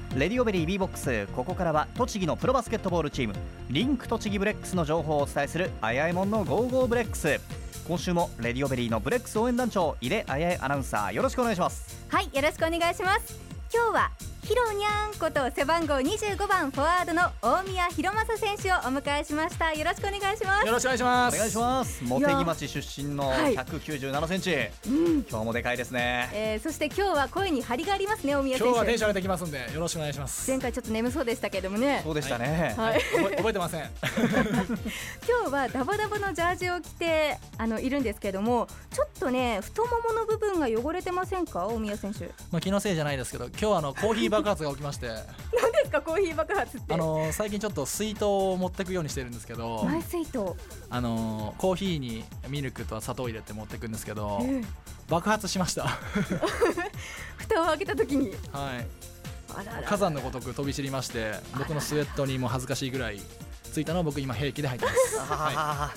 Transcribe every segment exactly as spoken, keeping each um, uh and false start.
レディオベリー B ボックス、ここからは栃木のプロバスケットボールチームリンク栃木ブレックスの情報をお伝えするあやえもんのゴーゴーブレックス。今週もレディオベリーのブレックス応援団長井出あやえアナウンサー、よろしくお願いします。 はい、よろしくお願いします。今日はヒロニャンこと背番号にじゅうごばんフォワードの大宮弘正選手をお迎えしました。よろしくお願いします。 よろしくお願いします。 お願いします。茂木町出身のひゃくきゅうじゅうななセンチ、はい、うん、今日もでかいですね、 えー、そして今日は声に張りがありますね。大宮選手、 今日はテンション上げてきますんでよろしくお願いします。 前回ちょっと眠そうでしたけどもね。 そうでしたね、 はいはい、覚, 覚えてません今日はダボダボのジャージを着てあのいるんですけども、ちょっとね太ももの部分が汚れてませんか、大宮選手。 まあ、気のせいじゃないですけど、今日はあのコーヒー爆発が起きまして何ですかコーヒー爆発って。 あのー、最近ちょっと水筒を持ってくようにしてるんですけど、 マイ水筒、あのー、コーヒーにミルクと砂糖を入れて持ってくんですけど、えー、爆発しました蓋を開けた時に、 はい、 あららら火山のごとく飛び散りまして、僕のスウェットにも恥ずかしいぐらいついたのを僕今平気で履いてますはい、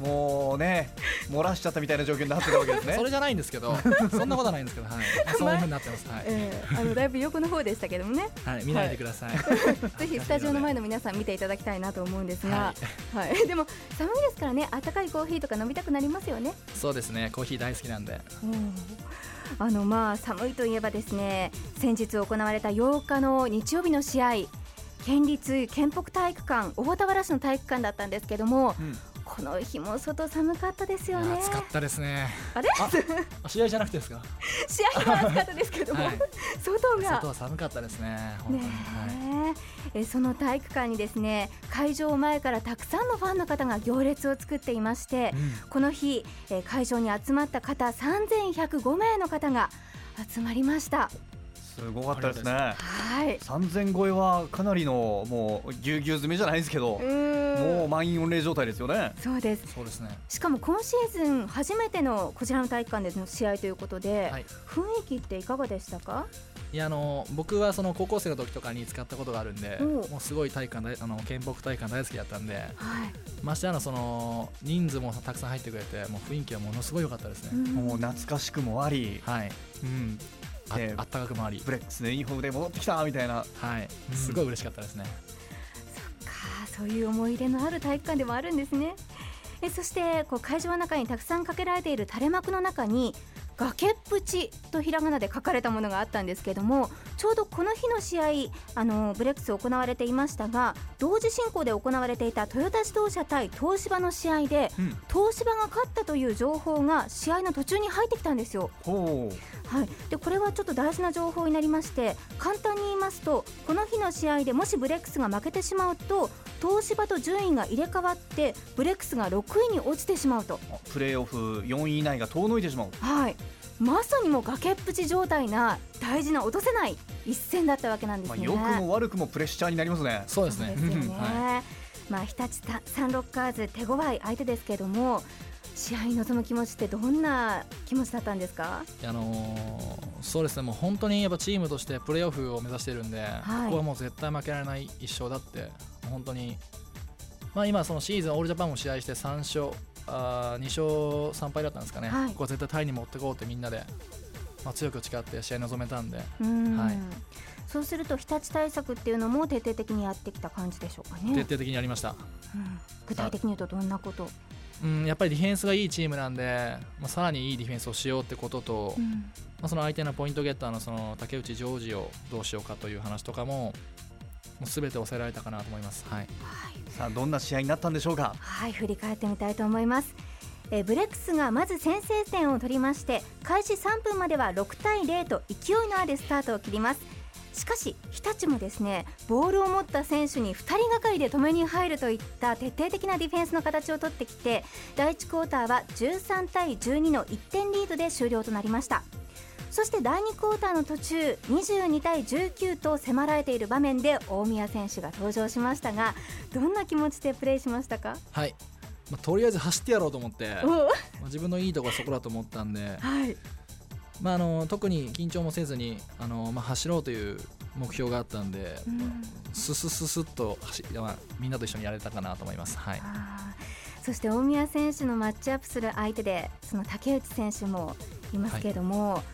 もうね漏らしちゃったみたいな状況になってたわけですねそれじゃないんですけどそんなことはないんですけど、はい、そういう風になってます、はい、 えー、あのだいぶ横の方でしたけどもねはい、見ないでください、はい、 ぜひスタジオの前の皆さん見ていただきたいなと思うんですが、はいはい、でも寒いですからね、温かいコーヒーとか飲みたくなりますよね。 そうですね、コーヒー大好きなんで、 うん、あのまあ寒いといえばですね、先日行われたようかの日曜日の試合、県立県北体育館大田原市の体育館だったんですけども、うん、この日も外寒かったですよね。 暑かったですね。 あれあ試合じゃなくてですか。 試合は暑かったですけども、はい、外が外は寒かったですね、本当に、 ね、はい、えその体育館にですね、会場前からたくさんのファンの方が行列を作っていまして、うん、この日、え会場に集まった方さんぜんひゃくごめいの方が集まりました。 すごかったですね。 はい、 さんぜん超えはかなりのもうぎゅうぎゅう詰めじゃないですけど、もう満員御礼状態ですよね。 そうです。 そうですね。 しかも今シーズン初めてのこちらの体育館での試合ということで、はい、雰囲気っていかがでしたか。 いや、あの僕はその高校生の時とかに使ったことがあるんで、もうすごい体育館、あの県北体育館大好きだったんで、はい、ましてやのその人数もたくさん入ってくれて、もう雰囲気はものすごい良かったですね。 うん、もう懐かしくもあり、 はい、うん、あ, あったかくもあり、 ブレックスのユニフォームで戻ってきたみたいな、 はい、うん、すごい嬉しかったですね。 そっか、そういう思い入れのある体育館でもあるんですね。えそしてこう会場の中にたくさんかけられている垂れ幕の中に崖っぷちとひらがなで書かれたものがあったんですけども、ちょうどこの日の試合、あのブレックス行われていましたが、同時進行で行われていたトヨタ自動車対東芝の試合で、うん、東芝が勝ったという情報が試合の途中に入ってきたんですよ。 ほう、 はい、でこれはちょっと大事な情報になりまして、簡単に言いますと、この日の試合でもしブレックスが負けてしまうと東芝と順位が入れ替わってブレックスがろくいに落ちてしまうと、 プレーオフよんい以内が遠のいてしまう。 はい、まさにもう崖っぷち状態な大事な落とせない一戦だったわけなんですね。 まあ、良くも悪くもプレッシャーになりますね。 そうですね。 そうですよね、はい、まあ、日立サンロッカーズ手強い相手ですけども、試合に臨む気持ちってどんな気持ちだったんですか。 あのー、そうですね、もう本当にやっぱチームとしてプレーオフを目指しているんで、はい、ここはもう絶対負けられないいっ勝だって、本当に、まあ、今そのシーズンオールジャパンも試合してさん勝あに勝さん敗だったんですかね、はい、ここは絶対タイに持っていこうってみんなで、まあ、強く誓って試合に臨めたんで、 うん、 はい、 そうすると日立対策っていうのも徹底的にやってきた感じでしょうかね。 徹底的にやりました、 うん、具体的に言うとどんなこと。 うん、やっぱりディフェンスがいいチームなんで、まあ、さらにいいディフェンスをしようってことと、うん、まあ、その相手のポイントゲッターのその竹内ジョージをどうしようかという話とかも、もう全て抑えられたかなと思います、はいはい、 さあどんな試合になったんでしょうか。 はい、振り返ってみたいと思います。えブレックスがまず先制点を取りまして、開始さんぷんまではろくたいゼロと勢いのあるスタートを切ります。しかし日立もですね、ボールを持った選手にふたりがかりで止めに入るといった徹底的なディフェンスの形を取ってきて、だいいちクォーターはじゅうさんたいじゅうにのいってんリードで終了となりました。そしてだいにクォーターの途中にじゅうにたいじゅうきゅうと迫られている場面で大宮選手が登場しましたが、どんな気持ちでプレーしましたか。 はい、まあ、とりあえず走ってやろうと思って、まあ、自分のいいところはそこだと思ったんで、 はい、 まあ、あの特に緊張もせずにあの、まあ、走ろうという目標があったんで、うん、ススススッと走、まあ、みんなと一緒にやれたかなと思います、はい、 あそして大宮選手のマッチアップする相手でその竹内選手もいますけれども、はい、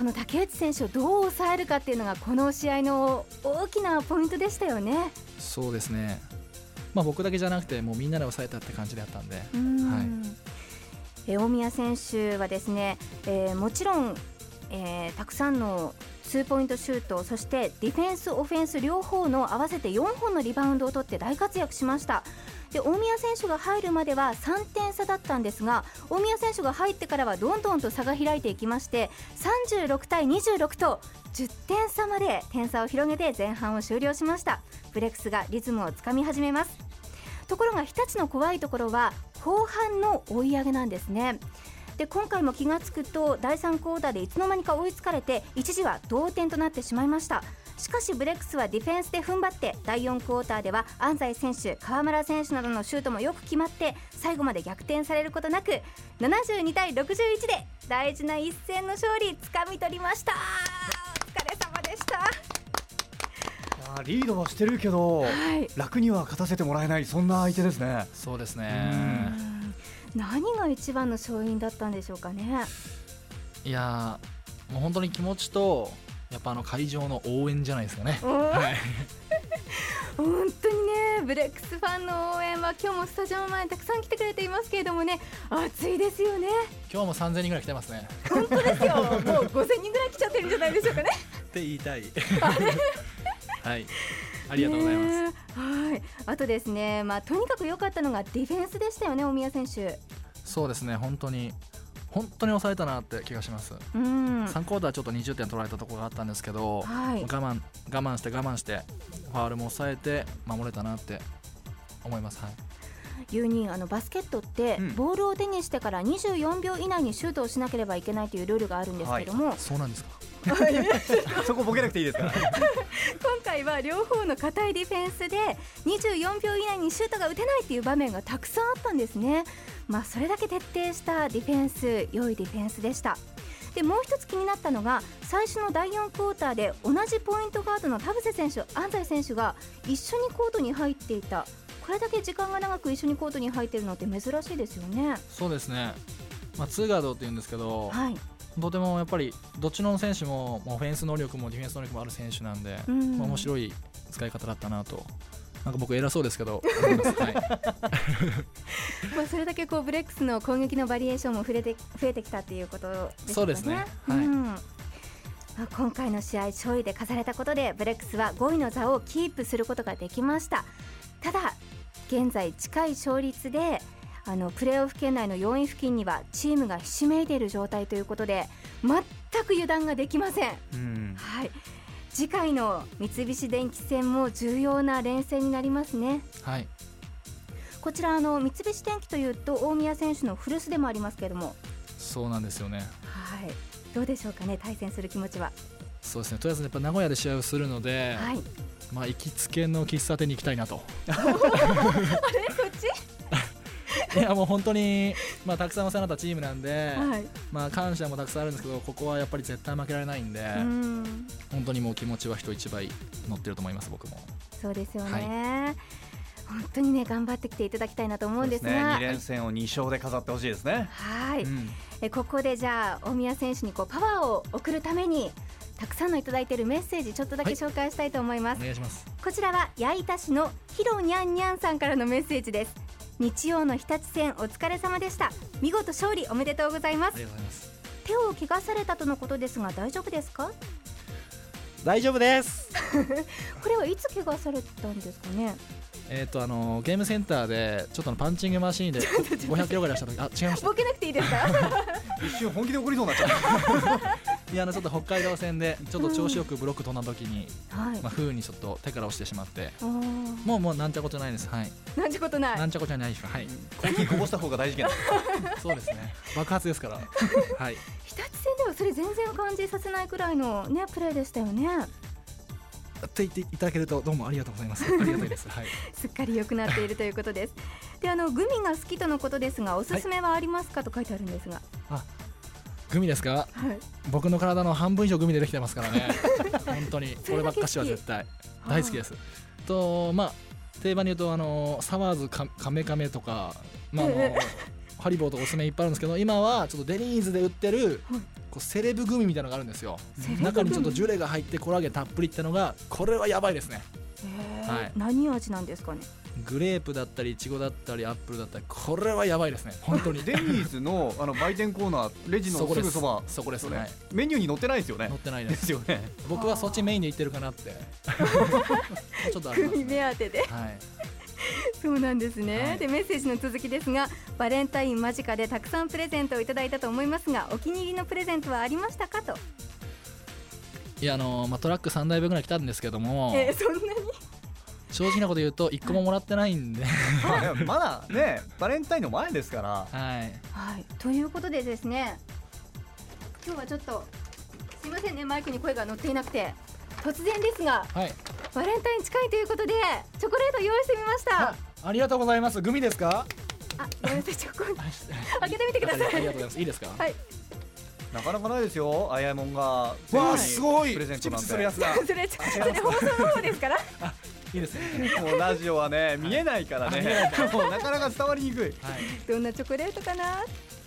この竹内選手をどう抑えるかっていうのがこの試合の大きなポイントでしたよね。 そうですね、まあ、僕だけじゃなくてもうみんなで抑えたって感じであったんで、はい、 え大宮選手はですね、えー、もちろん、えー、たくさんのツーポイントシュート、そしてディフェンスオフェンス両方の合わせてよんほんのリバウンドを取って大活躍しました。で大宮選手が入るまではさんてん差だったんですが、大宮選手が入ってからはどんどんと差が開いていきまして、さんじゅうろくたいにじゅうろくとじゅってん差まで点差を広げて前半を終了しました。ブレックスがリズムをつかみ始めます。ところが日立の怖いところは後半の追い上げなんですね。で今回も気がつくとだいさんクォーターでいつの間にか追いつかれて一時は同点となってしまいました。しかしブレックスはディフェンスで踏ん張ってだいよんクォーターでは安西選手、河村選手などのシュートもよく決まって最後まで逆転されることなくななじゅうにたいろくじゅういちで大事な一戦の勝利つかみ取りました。お疲れ様でした。 リードはしてるけど、はい、楽には勝たせてもらえない、そんな相手ですね。 そうですね。 何が一番の勝因だったんでしょうかね。 いやもう本当に気持ちとやっぱあの会場の応援じゃないですかね。はい、 本当にねブレックスファンの応援は今日もスタジオの前にたくさん来てくれていますけれどもね、熱いですよね。 今日もさんぜんにんぐらい来てますね。 本当ですよ。もうごせんにんぐらい来ちゃってるんじゃないでしょうかねって言いたいはい、ありがとうございます。 はい、あとですね、まあ、とにかく良かったのがディフェンスでしたよね、大宮選手。 そうですね、本当に本当に抑えたなって気がします。うんさんクォーターちょっとにじゅってん取られたところがあったんですけど、はい、我慢我慢して我慢してファウルも抑えて守れたなって思います。はい、 ユーにあのバスケットって、うん、ボールを手にしてからにじゅうよんびょう以内にシュートをしなければいけないというルールがあるんですけども、はい、 そうなんですかそこボケなくていいですから今回は両方の堅いディフェンスでにじゅうよんびょう以内にシュートが打てないという場面がたくさんあったんですね。まあ、それだけ徹底したディフェンス、良いディフェンスでした。でもう一つ気になったのが最初のだいよんクォーターで同じポイントガードの田臥選手、安西選手が一緒にコートに入っていた。これだけ時間が長く一緒にコートに入っているのって珍しいですよね。そうですね、 まあ、ツーガードっていうんですけど、はい、とてもやっぱりどっちの選手もオフェンス能力もディフェンス能力もある選手なんで、うん、まあ、面白い使い方だったなと。なんか僕偉そうですけど思います、はい、 まあそれだけこうブレックスの攻撃のバリエーションも増えて増えてきたということですよね。 そうですね、はい、うん、 まあ、今回の試合勝利で飾れたことでブレックスはごいの座をキープすることができました。ただ現在近い勝率であのプレーオフ圏内のよんい付近にはチームがひしめいている状態ということで全く油断ができません。うん、はい、次回の三菱電機戦も重要な連戦になりますね。 はい、 こちらあの三菱電機というと大宮選手の古巣でもありますけれども。 そうなんですよね。 はい、どうでしょうかね、対戦する気持ちは。 そうですね、とりあえずやっぱ名古屋で試合をするので、はい、まあ、行きつけの喫茶店に行きたいなとあれそっちいやもう本当に、まあ、たくさんお世話になったチームなんで、はい、まあ、感謝もたくさんあるんですけどここはやっぱり絶対負けられないんで、ん本当にもう気持ちは人一倍乗ってると思います。僕もそうですよね、はい、 本当にね頑張ってきていただきたいなと思うんですが、そうですね、 に連戦をに勝で飾ってほしいですね。 はい、うん、えここでじゃあ大宮選手にこうパワーを送るためにたくさんのいただいているメッセージちょっとだけ紹介したいと思います。 はい、お願いします。 こちらは矢板市のひろにゃんにゃんさんからのメッセージです。日曜の日立戦お疲れ様でした。見事勝利おめでとうございます。 ありがとうございます。 手を怪我されたとのことですが大丈夫ですか？ 大丈夫ですこれはいつ怪我されたんですかね？ えーとあのー、ゲームセンターでちょっとのパンチングマシーンでごひゃくキロぐらいした時、あ、違いました。 ボケなくていいですか？ 一瞬本気で怒りそうになっちゃったいやあのちょっと北海道戦でちょっと調子よくブロック飛んだ時に、うん、まあ、不運にちょっと手から落ちてしまって、もうもうなんちゃことないです。はい、 なんちゃことない、 なんちゃことないです。はい、 コーヒーこぼした方が大事件そうですね、爆発ですからはい、 日立戦ではそれ全然感じさせないくらいのねプレーでしたよね。 って言っていただけるとどうもありがとうございます。ありがたいです、はい、 すっかり良くなっているということですであのグミが好きとのことですがおすすめはありますか、はい、と書いてあるんですが。 あ、グミですか？はい、僕の体の半分以上グミでできてますからね本当にこればっかしは絶対大好きです。とまあ定番に言うとあのサワーズカカメカメとか、まあ、あのハリボーとかおすすめいっぱいあるんですけど、今はちょっとデニーズで売ってるこうセレブグミみたいなのがあるんですよ。中にちょっとジュレが入ってコラーゲンたっぷりってのがこれはやばいですね。 はい、何味なんですかね。 グレープだったりイチゴだったりアップルだったりこれはやばいですね本当に。 デニーズのあの売店コーナーレジのすぐそば、 そこですね。 メニューに載ってないですよね。 載ってないですですよね。 僕はそっちメインで行ってるかなってちょっとあります、ね、 グミ目当てで、はい、そうなんですね、はい、でメッセージの続きですが、バレンタイン間近でたくさんプレゼントをいただいたと思いますが、お気に入りのプレゼントはありましたかと。 いやあのーまあ、トラックさんだいぶぐらい来たんですけども、 えー、そんなに正直なこと言うといっこももらってないんでまだねバレンタインの前ですから、 はい、 はい、ということでですね、今日はちょっとすいませんね、マイクに声が乗っていなくて突然ですが、はい、バレンタイン近いということでチョコレート用意してみました。 あ, ありがとうございます。グミですか。 あ、ごめんなさい、チョコ開けてみてください。 ありがとうございます。いいですか。 はい、 なかなかないですよ、あやえもんがわあすごいプレゼントなんて。 するやつだ。 それそれ放送の方ですからいいですね。 もうラジオはね見えないからね、もうなかなか伝わりにくい、はい、 どんなチョコレートかな。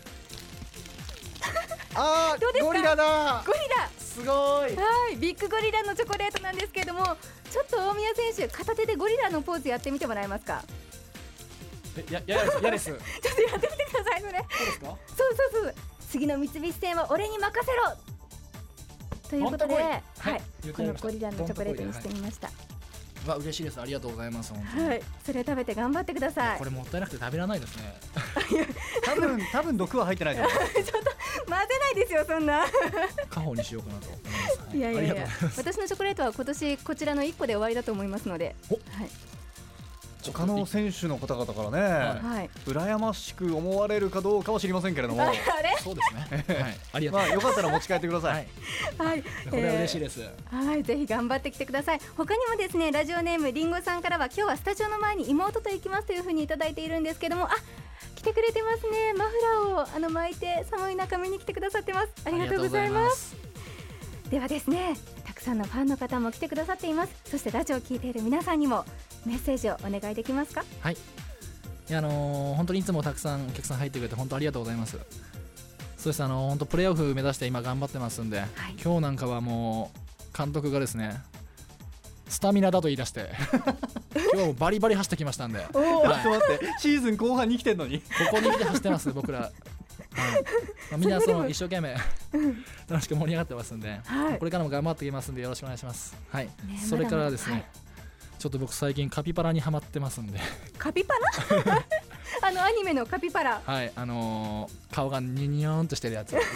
あーゴリラだ。 ゴリラすごい。 はい、ビッグゴリラのチョコレートなんですけれども、ちょっと大宮選手片手でゴリラのポーズやってみてもらえますか。 えやややです。 ちょっとやってみてください。それそうですか。 そうそうそう、次の三菱戦は俺に任せろということで、はい、はい、このゴリラのチョコレートにしてみました。 わ、嬉しいです。ありがとうございます。本当に。 はい、それ食べて頑張ってください。 これもったいなくて食べられないですね。 多分多分毒は入ってないと思う。 ちょっと混ぜないですよ、そんな。 家宝にしようかなと思います。はい、 いやいやいや、私のチョコレートは今年こちらのいっこで終わりだと思いますので、はい、 他の選手の方々からね、はい、羨ましく思われるかどうかは知りませんけれども、 あれそうですね、はい、ありがとう。 まあよかったら持ち帰ってください。 はい、はい、これは嬉しいです。 はい、ぜひ頑張ってきてください。他にもですね、ラジオネームりんごさんからは、今日はスタジオの前に妹と行きますというふうにいただいているんですけども、あ、来てくれてますね。マフラーをあの巻いて寒い中見に来てくださってます。ありがとうございます。ではですね、たくさんのファンの方も来てくださっています。そしてラジオを聞いている皆さんにもメッセージをお願いできますか。 はい、いや、あのー、本当にいつもたくさんお客さん入ってくれて本当ありがとうございます。そうです、あのー、本当プレーオフ目指して今頑張ってますんで、はい、今日なんかはもう監督がですね、スタミナだと言い出して今日バリバリ走ってきましたんで、 おー、はい、ちょっと待って、シーズン後半に来てんのにここに来て走ってます僕ら、はい、まあ、みんなその一生懸命楽しく盛り上がってますんで、はい、これからも頑張っていきますんでよろしくお願いします。はい、ね、それからですね、はい、ちょっと僕最近カピバラにハマってますんで。 カピバラあのアニメのカピバラ、 はい、あのー、顔がニュニョンとしてるやつ、はい、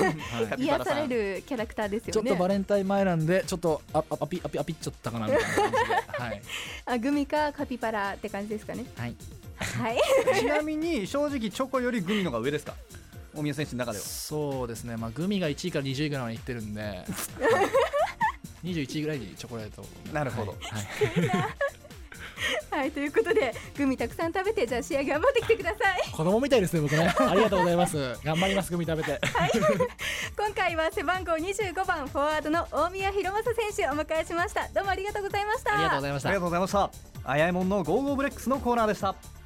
癒されるキャラクターですよね。 ちょっとバレンタイン前なんでちょっとああピあピあピっちゃったかなみたいな感じで、はい、 あ、グミかカピバラって感じですかね。 はい、 はい、 ちなみに正直チョコよりグミのが上ですか、大宮選手の中では。 そうですね、まあ、グミがいちいからにじゅういぐらいまでいってるんでにじゅういちいぐらいにチョコレート。 なるほど、 はいはいはい、ということでグミたくさん食べて、じゃあ試合頑張ってきてください。 子供みたいですね僕ね。ありがとうございます。頑張ります、グミ食べて、 はい、今回は背番号にじゅうごばんフォワードの大宮弘正選手をお迎えしました。どうもありがとうございました。 ありがとうございました。 ありがとうございました。あやえもんのゴーゴーブレックスのコーナーでした。